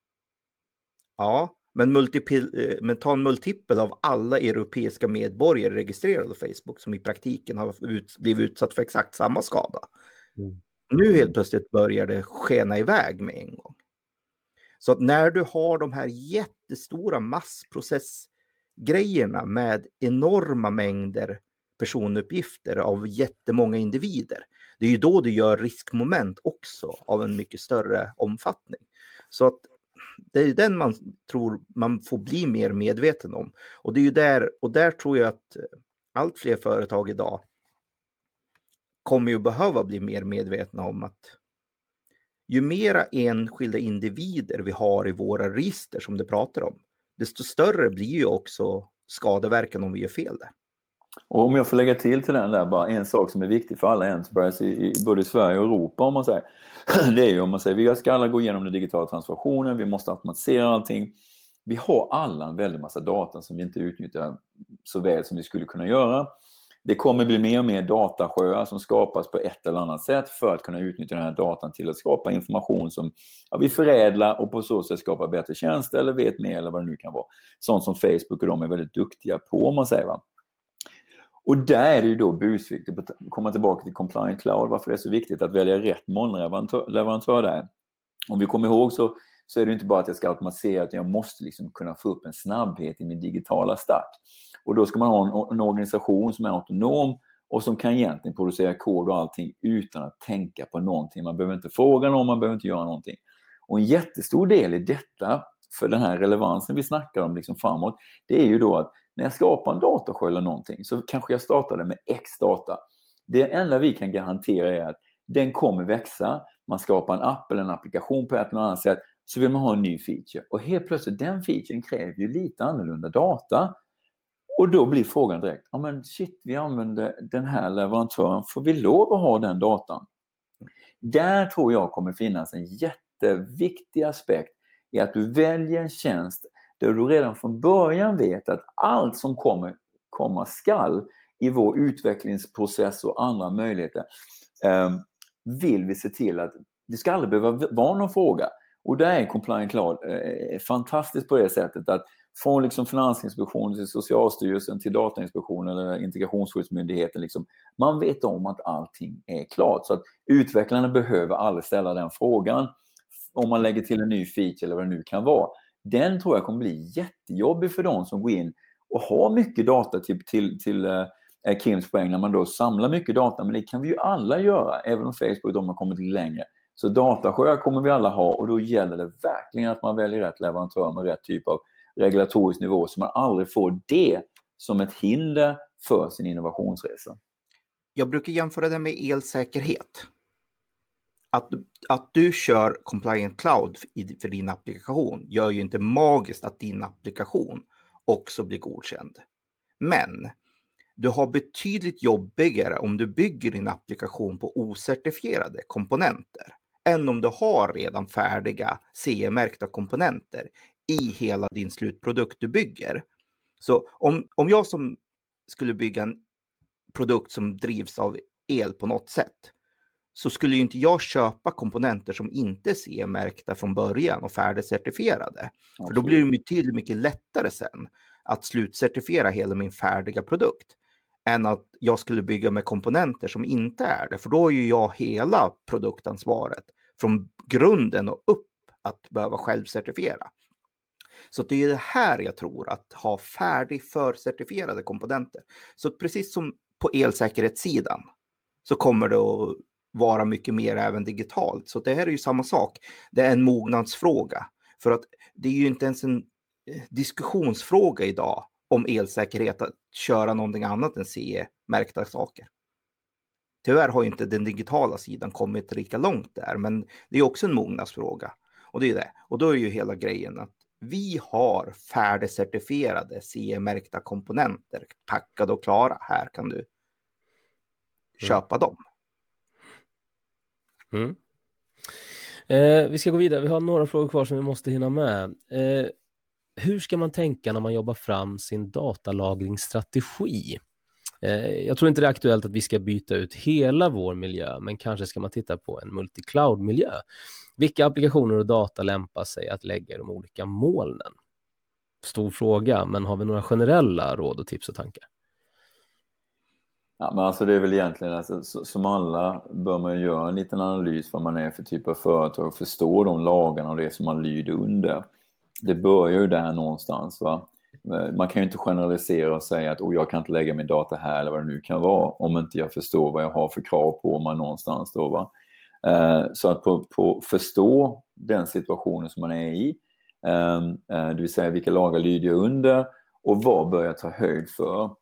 C: Ja, men ta en multipel av alla europeiska medborgare registrerade på Facebook som i praktiken har blivit utsatt för exakt samma skada. Nu helt plötsligt börjar det skena iväg med en gång. Så att när du har de här jättestora massprocessgrejerna med enorma mängder personuppgifter av jättemånga individer, det är ju då du gör riskmoment också av en mycket större omfattning. Så att det är den man tror man får bli mer medveten om. Och det är ju där tror jag att allt fler företag idag kommer ju behöva bli mer medvetna om att ju mera enskilda individer vi har i våra register som det pratar om, desto större blir ju också skadeverkan om vi gör fel där.
B: Och om jag får lägga till den där, bara en sak som är viktig för alla enterprise i både Sverige och Europa, om man säger, det är ju om man säger vi ska alla gå igenom den digitala transformationen, vi måste automatisera allting. Vi har alla en väldig massa data som vi inte utnyttjar så väl som vi skulle kunna göra. Det kommer bli mer och mer datasjöar som skapas på ett eller annat sätt för att kunna utnyttja den här datan till att skapa information som vi förädlar och på så sätt skapa bättre tjänster eller vet mer eller vad det nu kan vara. Sånt som Facebook och de är väldigt duktiga på, om man säger, va. Och där är det ju då busviktigt att komma tillbaka till Compliant Cloud. Varför det är så viktigt att välja rätt molnleverantör där. Om vi kommer ihåg så är det inte bara att jag ska automatisera, utan jag måste liksom kunna få upp en snabbhet i min digitala start. Och då ska man ha en organisation som är autonom och som kan egentligen producera kod och allting utan att tänka på någonting. Man behöver inte fråga någon, man behöver inte göra någonting. Och en jättestor del i detta, för den här relevansen vi snackar om liksom framåt, det är ju då att när jag skapar en datasjö eller någonting så kanske jag startar det med X data. Det enda vi kan garantera är att den kommer växa. Man skapar en app eller en applikation på ett eller annat sätt, så vill man ha en ny feature. Och helt plötsligt, den featuren kräver ju lite annorlunda data. Och då blir frågan direkt, ja men shit, vi använder den här leverantören, får vi lov att ha den datan? Där tror jag kommer finnas en jätteviktig aspekt i att du väljer en tjänst där du redan från början vet att allt som komma skall i vår utvecklingsprocess och andra möjligheter vill vi se till att det ska aldrig behöva vara någon fråga. Och där är Compliant Cloud fantastiskt på det sättet att från liksom Finansinspektionen till Socialstyrelsen till Datainspektionen eller Integrationsskyddsmyndigheten, liksom, man vet om att allting är klart. Så att utvecklarna behöver aldrig ställa den frågan om man lägger till en ny feature eller vad det nu kan vara. Den tror jag kommer bli jättejobbig för de som går in och har mycket data till Kims poäng när man då samlar mycket data. Men det kan vi ju alla göra, även om Facebook de har kommit längre. Så datasjöar kommer vi alla ha, och då gäller det verkligen att man väljer rätt leverantör med rätt typ av regulatorisk nivå så man aldrig får det som ett hinder för sin innovationsresa.
C: Jag brukar jämföra det med elsäkerhet. Att du kör Compliant Cloud för din applikation gör ju inte magiskt att din applikation också blir godkänd. Men du har betydligt jobbigare om du bygger din applikation på ocertifierade komponenter än om du har redan färdiga CE-märkta komponenter i hela din slutprodukt du bygger. Så om jag som skulle bygga en produkt som drivs av el på något sätt, så skulle ju inte jag köpa komponenter som inte är CE-märkta från början och färdigcertifierade. Absolut. För då blir det betydligt mycket lättare sen att slutcertifiera hela min färdiga produkt än att jag skulle bygga med komponenter som inte är det. För då är ju jag hela produktansvaret från grunden och upp att behöva självcertifiera. Så det är det här jag tror, att ha färdig förcertifierade komponenter. Så precis som på elsäkerhetssidan så kommer det att vara mycket mer även digitalt. Så det här är ju samma sak. Det är en mognadsfråga. För att det är ju inte ens en diskussionsfråga idag om elsäkerhet att köra någonting annat än CE-märkta saker. Tyvärr har ju inte den digitala sidan kommit lika långt där, men det är också en mognadsfråga. Och det är det. Och då är ju hela grejen att vi har färdigcertifierade CE-märkta komponenter packade och klara. Här kan du köpa dem.
A: Mm. Vi ska gå vidare. Vi har några frågor kvar som vi måste hinna med. Hur ska man tänka när man jobbar fram sin datalagringsstrategi? Jag tror inte det är aktuellt att vi ska byta ut hela vår miljö, men kanske ska man titta på en multicloud-miljö. Vilka applikationer och data lämpar sig att lägga i de olika molnen? Stor fråga, men har vi några generella råd och tips och tankar?
B: Ja, men alltså det är väl egentligen, alltså, som alla bör man göra en liten analys vad man är för typ av företag och förstå de lagarna och det som man lyder under. Det börjar ju där någonstans, va? Man kan ju inte generalisera och säga att jag kan inte lägga min data här eller vad det nu kan vara om inte jag förstår vad jag har för krav på mig någonstans då, va? Så att på förstå den situationen som man är i, det vill säga vilka lagar lyder jag under och vad bör jag ta höjd för.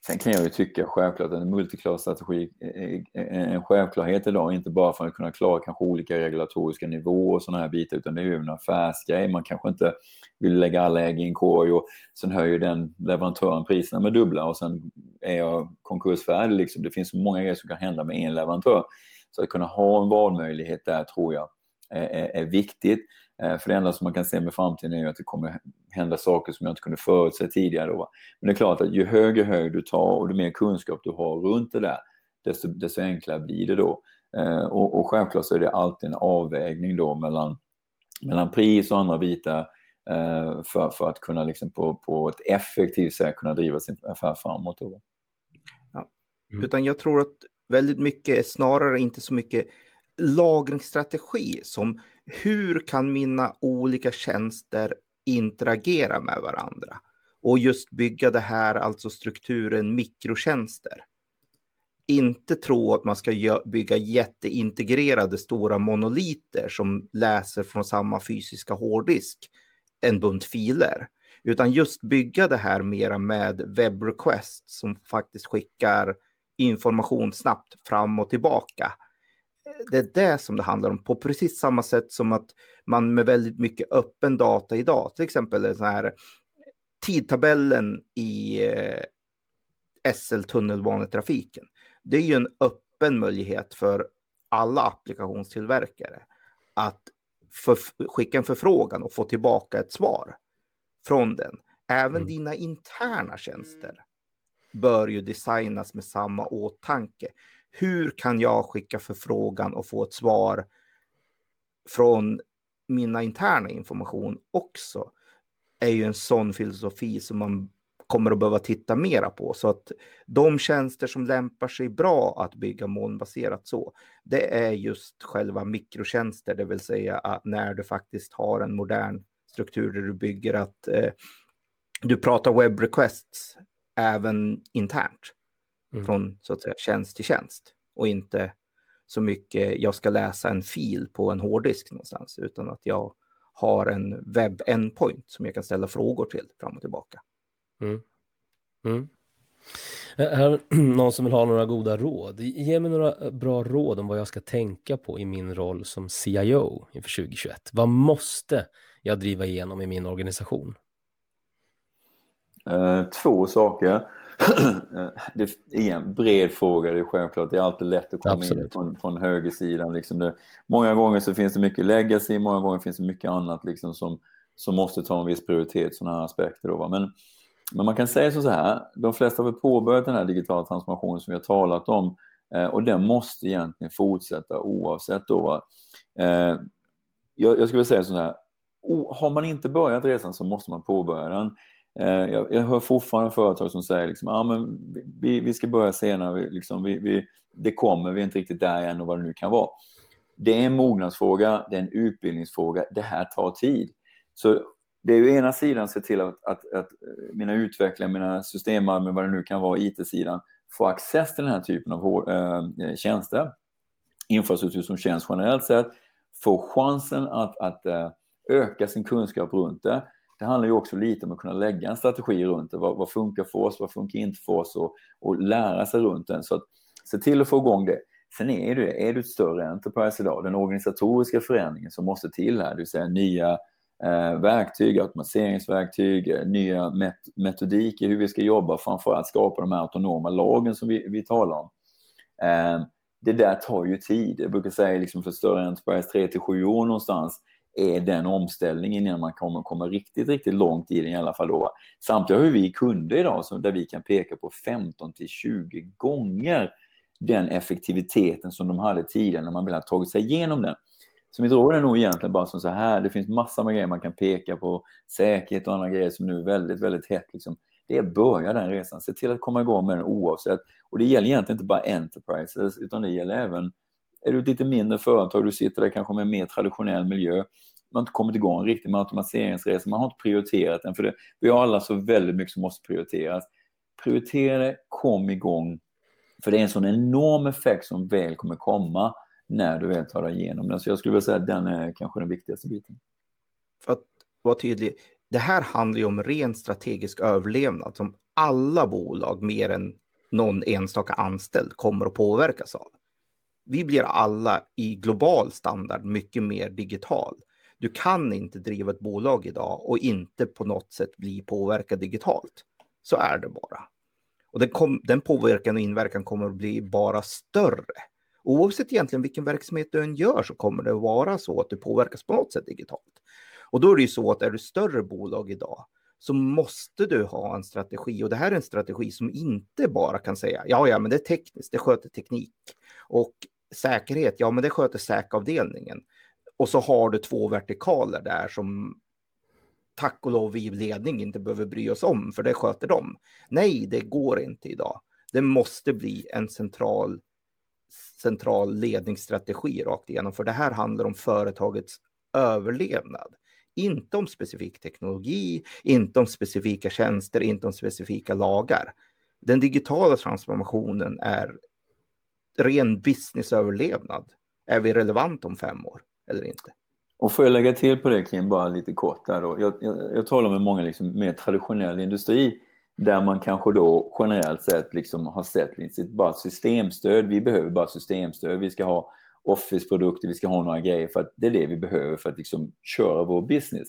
B: Sen kan jag ju tycka självklart att en multiklasstrategi är en självklarhet idag, inte bara för att kunna klara kanske olika regulatoriska nivåer och sådana här bitar, utan det är ju en affärsgrej. Man kanske inte vill lägga alla ägg i en korg och sen höjer den leverantören priserna med dubbla och sen är jag konkursfärdig. Liksom. Det finns så många grejer som kan hända med en leverantör. Så att kunna ha en valmöjlighet där tror jag är viktigt. För det enda som man kan se med framtiden är ju att det kommer hända saker som jag inte kunde förutse tidigare. Då. Men det är klart att ju högre höjd du tar och ju mer kunskap du har runt det där, desto enklare blir det då. Och självklart så är det alltid en avvägning då mellan pris och andra bitar för att kunna liksom på ett effektivt sätt kunna driva sin affär framåt. Då.
C: Ja. Utan jag tror att väldigt mycket är snarare inte så mycket lagringsstrategi som hur kan mina olika tjänster interagera med varandra och just bygga det här, alltså strukturen mikrotjänster. Inte tro att man ska bygga jätteintegrerade stora monoliter som läser från samma fysiska hårddisk en bunt filer, utan just bygga det här mera med web request som faktiskt skickar information snabbt fram och tillbaka. Det är det som det handlar om, på precis samma sätt som att man med väldigt mycket öppen data idag, till exempel den här tidtabellen i SL-tunnelbanetrafiken. Det är ju en öppen möjlighet för alla applikationstillverkare att skicka en förfrågan och få tillbaka ett svar från den. Även dina interna tjänster bör ju designas med samma åtanke. Hur kan jag skicka förfrågan och få ett svar från mina interna information också? Är ju en sån filosofi som man kommer att behöva titta mera på. Så att de tjänster som lämpar sig bra att bygga molnbaserat så, det är just själva mikrotjänster. Det vill säga att när du faktiskt har en modern struktur där du bygger att du pratar web requests även internt. Från så att säga tjänst till tjänst. Och inte så mycket jag ska läsa en fil på en hårddisk någonstans. Utan att jag har en webb endpoint som jag kan ställa frågor till fram och tillbaka.
A: Här någon som vill ha några goda råd. Ge mig några bra råd om vad jag ska tänka på i min roll som CIO inför 2021. Vad måste jag driva igenom i min organisation?
B: 2 saker. Det är en bred fråga, det är självklart. Det är alltid lätt att komma in från högersidan. Liksom många gånger så finns det mycket legacy, många gånger finns det mycket annat liksom, som måste ta en viss prioritet, sådana här aspekter. Då, va? Men man kan säga så här, de flesta har påbörjat den här digitala transformationen som vi har talat om och den måste egentligen fortsätta oavsett. Då, va? Jag skulle säga så här, har man inte börjat resan så måste man påbörja den. Jag hör fortfarande företag som säger liksom, men vi ska börja senare, det kommer, vi är inte riktigt där än och vad det nu kan vara. Det är en mognadsfråga, det är en utbildningsfråga, det här tar tid. Så det är ju ena sidan se till att mina utvecklare, mina systemadmin, vad det nu kan vara, IT-sidan, får access till den här typen av tjänster. Infrastruktur som tjänst generellt sett, får chansen att öka sin kunskap runt det. Det handlar ju också lite om att kunna lägga en strategi runt det. Vad funkar för oss, vad funkar inte för oss och lära sig runt den. Så att se till att få igång det. Sen är du ett större enterprise idag. Den organisatoriska förändringen som måste till här, det vill säga nya verktyg, automatiseringsverktyg, nya metodiker, hur vi ska jobba, framförallt skapa de här autonoma lagen som vi talar om. Det där tar ju tid. Jag brukar säga liksom för större enterprise 3-7 år någonstans är den omställningen innan man kommer riktigt, riktigt långt i den i alla fall då. Samtidigt har vi kunder idag där vi kan peka på 15-20 gånger den effektiviteten som de hade tidigare när man vill ha tagit sig igenom den. Så mitt råd är nog egentligen bara som så här, det finns massor med grejer man kan peka på, säkerhet och andra grejer som nu är väldigt, väldigt hett liksom. Det är börja den resan, se till att komma igång med den oavsett. Och det gäller egentligen inte bara enterprises utan det gäller även, är du ett lite mindre företag, du sitter där kanske med en mer traditionell miljö, man har inte kommit igång riktigt med automatiseringsresor, man har inte prioriterat den, för det, vi har alla så väldigt mycket som måste prioriteras. Prioritera det, kom igång, för det är en sån enorm effekt som väl kommer komma när du väl tar dig igenom den. Så jag skulle vilja säga att den är kanske den viktigaste biten.
C: För att vara tydlig, det här handlar ju om ren strategisk överlevnad som alla bolag mer än någon enstaka anställd kommer att påverkas av. Vi blir alla i global standard mycket mer digital. Du kan inte driva ett bolag idag och inte på något sätt bli påverkad digitalt. Så är det bara. Och den påverkan och inverkan kommer att bli bara större. Oavsett egentligen vilken verksamhet du än gör så kommer det vara så att du påverkas på något sätt digitalt. Och då är det ju så att är du större bolag idag så måste du ha en strategi. Och det här är en strategi som inte bara kan säga ja men det är tekniskt, det sköter teknik. Och säkerhet, ja men det sköter säkavdelningen. Och så har du 2 vertikaler där som tack och lov vi i ledning inte behöver bry oss om, för det sköter de. Nej, det går inte idag. Det måste bli en central ledningsstrategi rakt igenom, för det här handlar om företagets överlevnad. Inte om specifik teknologi, inte om specifika tjänster, inte om specifika lagar. Den digitala transformationen är ren businessöverlevnad. Är vi relevant om 5 år eller inte?
B: Och får jag lägga till på det, Kim, bara lite kort där då. Jag talar med många liksom mer traditionell industri där man kanske då generellt sett liksom har sett lite bara systemstöd. Vi behöver bara systemstöd. Vi ska ha Office-produkter, vi ska ha några grejer för att det är det vi behöver för att liksom köra vår business.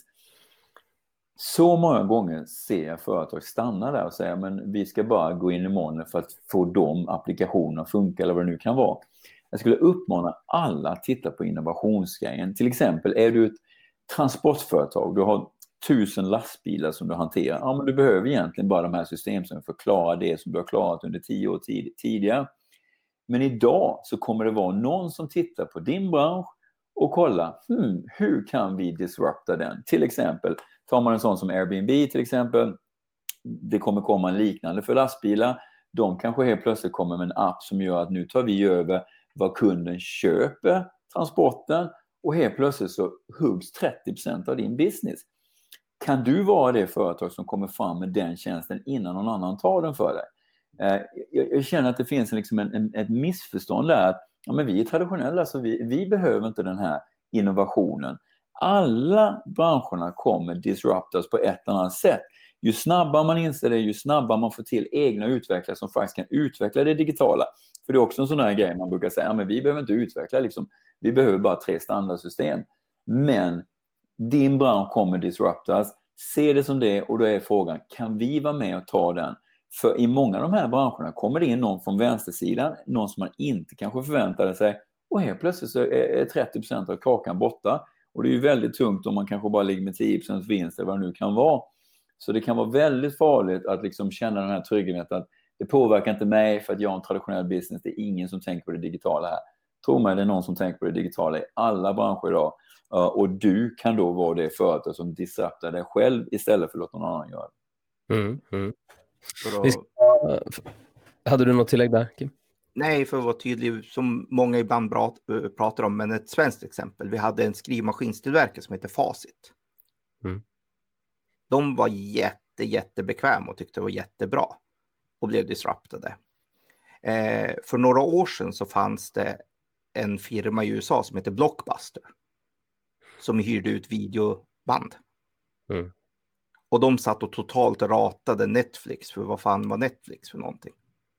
B: Så många gånger ser jag företag stanna där och säga men vi ska bara gå in i molnet för att få de applikationerna att funka eller vad det nu kan vara. Jag skulle uppmana alla att titta på innovationsgrejen. Till exempel är du ett transportföretag, du har 1000 lastbilar som du hanterar. Ja, men du behöver egentligen bara de här systemen som förklarar det som du har klarat under 10 år tidigare. Men idag så kommer det vara någon som tittar på din bransch och kollar hur kan vi disrupta den? Till exempel, tar man en sån som Airbnb till exempel, det kommer komma en liknande för lastbilar. De kanske helt plötsligt kommer med en app som gör att nu tar vi över vad kunden köper transporten och helt plötsligt så huggs 30% av din business. Kan du vara det företag som kommer fram med den tjänsten innan någon annan tar den för dig? Jag känner att det finns liksom ett missförstånd där att ja, men vi är traditionella så vi behöver inte den här innovationen. Alla branscherna kommer disruptas på ett eller annat sätt. Ju snabbare man inser det, ju snabbare man får till egna utvecklare som faktiskt kan utveckla det digitala. För det är också en sån här grej man brukar säga, ja, men vi behöver inte utveckla, liksom. Vi behöver bara 3 standardsystem. Men din bransch kommer disruptas, se det som det och då är frågan, kan vi vara med och ta den? För i många av de här branscherna kommer det in någon från vänstersidan, någon som man inte kanske förväntade sig och helt plötsligt så är 30% av kakan borta. Och det är ju väldigt tungt om man kanske bara ligger med 10% vinst eller vad det nu kan vara. Så det kan vara väldigt farligt att liksom känna den här tryggheten att det påverkar inte mig för att jag har en traditionell business. Det är ingen som tänker på det digitala här. Tro mig, det är någon som tänker på det digitala i alla branscher idag. Och du kan då vara det företag som disruptar dig själv istället för att låta någon annan göra det.
A: Hade du något tillägg där, Kim?
C: Nej, för att vara tydlig, som många ibland pratar om, men ett svenskt exempel. Vi hade en skrivmaskinstillverkare som heter Facit. De var jättebekväma och tyckte det var jättebra och blev disruptade. För några år sedan så fanns det en firma i USA som heter Blockbuster som hyrde ut videoband. Och de satt och totalt ratade Netflix, för vad fan var Netflix för någonting?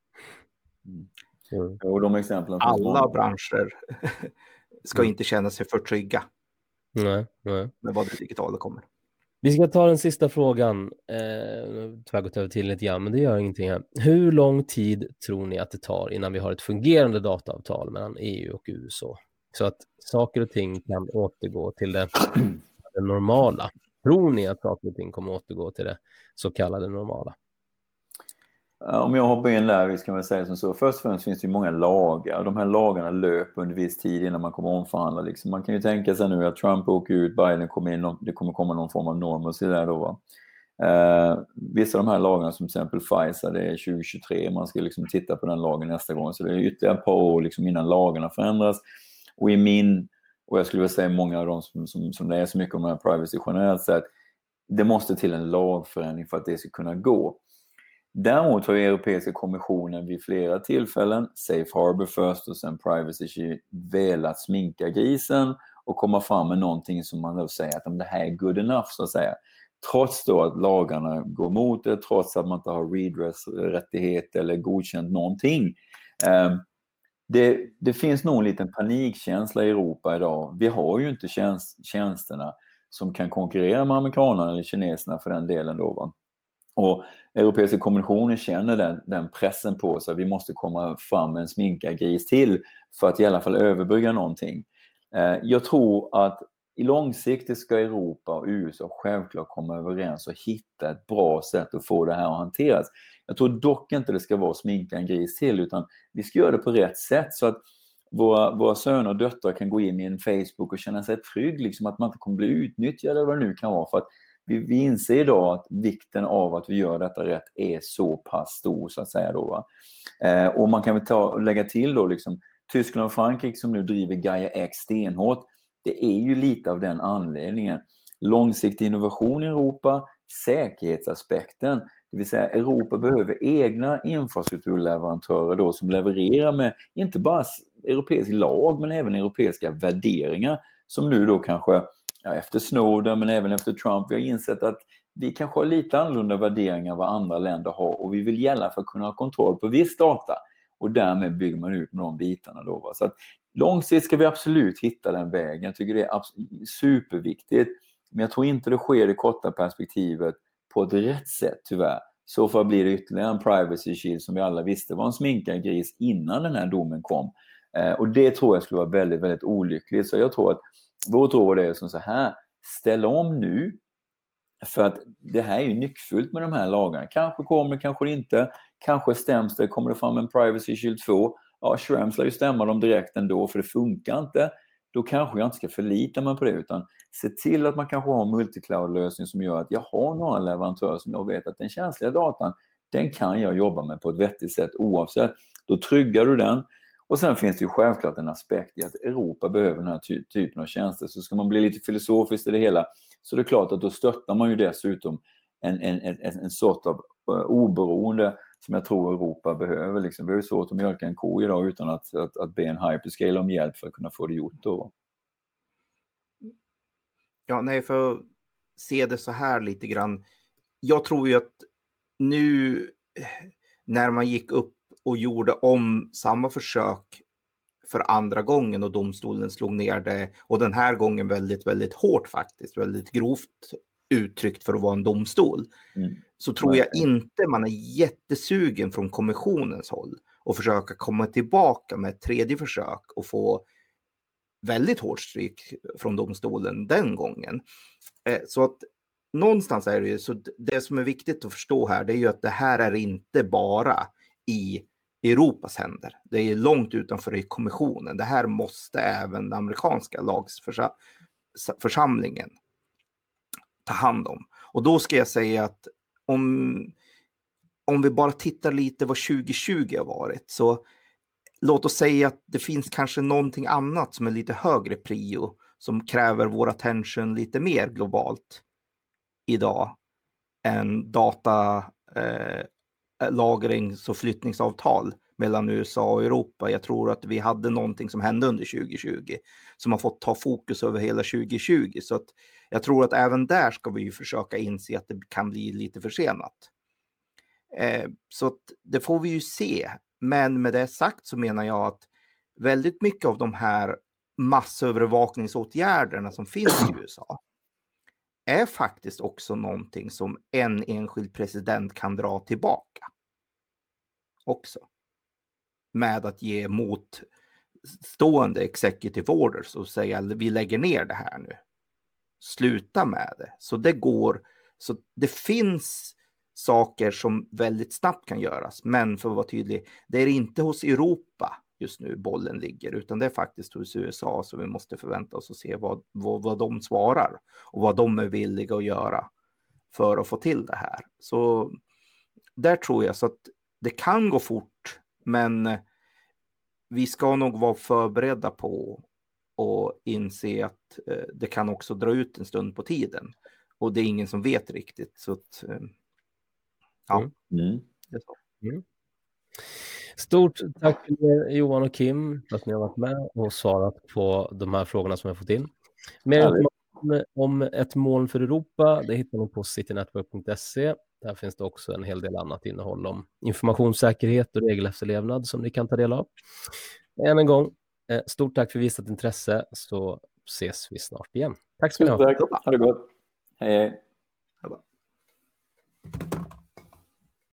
B: Och de exemplen
C: alla branscher ska inte känna sig för trygga.
A: Nej.
C: Med vad det digitala kommer.
A: Vi ska ta den sista frågan. Jag har gått över till lite grann, men det gör ingenting här. Hur lång tid tror ni att det tar innan vi har ett fungerande dataavtal mellan EU och USA? Så att saker och ting kan återgå till det normala. Tror ni att saker och ting kommer återgå till det så kallade normala?
B: Om jag hoppar in där, vi ska väl säga som så. Först och främst finns det ju många lagar. De här lagarna löper under viss tid innan man kommer omförhandla. Liksom. Man kan ju tänka sig nu att Trump åker ut, Biden kommer in, det kommer komma någon form av norm och så där då. Va? Vissa av de här lagarna som till exempel Pfizer, det är 2023. Man ska liksom titta på den lagen nästa gång. Så det är ytterligare ett par år liksom innan lagarna förändras. Och jag skulle vilja säga många av dem som det är så mycket om den här privacy generellt sett, det måste till en lagförändring för att det ska kunna gå. Däremot har Europeiska kommissionen vid flera tillfällen, Safe Harbor först och sen Privacy, velat sminka grisen och komma fram med någonting som man då säger att det här är good enough så att säga. trots då att lagarna går mot det, trots att man inte har redress-rättighet eller godkänt någonting. Det finns nog en liten panikkänsla i Europa idag. Vi har ju inte tjänsterna som kan konkurrera med amerikanerna eller kineserna för den delen då, va? Och Europeiska kommissionen känner den pressen på sig. Vi måste komma fram med en sminkagris till för att i alla fall överbrygga någonting. Jag tror att i långsiktigt ska Europa och USA självklart komma överens och hitta ett bra sätt att få det här att hanteras. Jag tror dock inte det ska vara sminka en gris till, utan vi ska göra det på rätt sätt så att våra söner och döttrar kan gå in i en Facebook och känna sig trygg, liksom att man inte kommer bli utnyttjad eller vad det nu kan vara. För att vi inser idag att vikten av att vi gör detta rätt är så pass stor, så att säga då, va? Och man kan väl lägga till då liksom Tyskland och Frankrike som nu driver Gaia X stenhårt. Det är ju lite av den anledningen. Långsiktig innovation i Europa, säkerhetsaspekten, det vill säga Europa behöver egna infrastrukturleverantörer då som levererar med inte bara europeisk lag men även europeiska värderingar som nu då kanske efter Snowden men även efter Trump vi har insett att vi kanske har lite annorlunda värderingar än vad andra länder har och vi vill i alla fall kunna ha kontroll på viss data och därmed bygger man ut med de bitarna då, va? Så att långsiktigt ska vi absolut hitta den vägen. Jag tycker det är superviktigt. Men jag tror inte det sker i korta perspektivet på ett rätt sätt tyvärr. Så för blir det ytterligare en privacy shield som vi alla visste var en sminkad gris innan den här domen kom. Och det tror jag skulle vara väldigt, väldigt olyckligt. Så jag tror att vårt råd är som så här, ställ om nu. För att det här är ju nyckfullt med de här lagarna. Kanske kommer, kanske inte. Kanske stäms det, kommer det fram en privacy shield 2. Ja, Schrems lär ju stämma dem direkt ändå för det funkar inte. Då kanske jag inte ska förlita mig på det utan se till att man kanske har en multicloud-lösning som gör att jag har några leverantörer som jag vet att den känsliga datan, den kan jag jobba med på ett vettigt sätt oavsett. Då tryggar du den. Och sen finns det ju självklart en aspekt i att Europa behöver den här typen av tjänster. Så ska man bli lite filosofiskt i det hela så det är klart att då stöttar man ju dessutom en sort av oberoende som jag tror Europa behöver. Liksom. Det är ju svårt att mjölka en ko idag utan att be en hyperscale om hjälp för att kunna få det gjort då.
C: Ja, nej, för att se det så här lite grann. Jag tror ju att nu när man gick upp och gjorde om samma försök för andra gången och domstolen slog ner det och den här gången väldigt, väldigt hårt faktiskt, väldigt grovt uttryckt för att vara en domstol. Så tror jag inte man är jättesugen från kommissionens håll och försöka komma tillbaka med ett tredje försök och få väldigt hårt stryk från domstolen den gången. Så att någonstans är det ju så det som är viktigt att förstå här det är ju att det här är inte bara i Europas händer. Det är långt utanför i kommissionen. Det här måste även den amerikanska lagsförsamlingen ta hand om. Och då ska jag säga att om vi bara tittar lite vad 2020 har varit så låt oss säga att det finns kanske någonting annat som är lite högre prio som kräver vår attention lite mer globalt idag än lagrings- och flyttningsavtal mellan USA och Europa. Jag tror att vi hade någonting som hände under 2020 som har fått ta fokus över hela 2020. Så att jag tror att även där ska vi ju försöka inse att det kan bli lite försenat. Så att det får vi ju se. Men med det sagt så menar jag att väldigt mycket av de här massövervakningsåtgärderna som finns i USA är faktiskt också någonting som en enskild president kan dra tillbaka. Också. Med att ge motstående executive orders och säga att vi lägger ner det här nu. Sluta med det. Så det går. Så det finns saker som väldigt snabbt kan göras. Men för att vara tydlig, det är inte hos Europa just nu bollen ligger utan det är faktiskt hos USA så vi måste förvänta oss att se vad de svarar och vad de är villiga att göra för att få till det här. Så där tror jag så att det kan gå fort men vi ska nog vara förberedda på och inse att det kan också dra ut en stund på tiden och det är ingen som vet riktigt så att ja. Det är så.
A: Stort tack till Johan och Kim för att ni har varit med och svarat på de här frågorna som jag fått in. Mer om ett moln för Europa, det hittar ni på citynetwork.se. Där finns det också en hel del annat innehåll om informationssäkerhet och regelefterlevnad som ni kan ta del av. Än en gång, stort tack för visat intresse, så ses vi snart igen. Tack ska ni ha.
B: Tack, ha det gott. Hej.
C: Hej.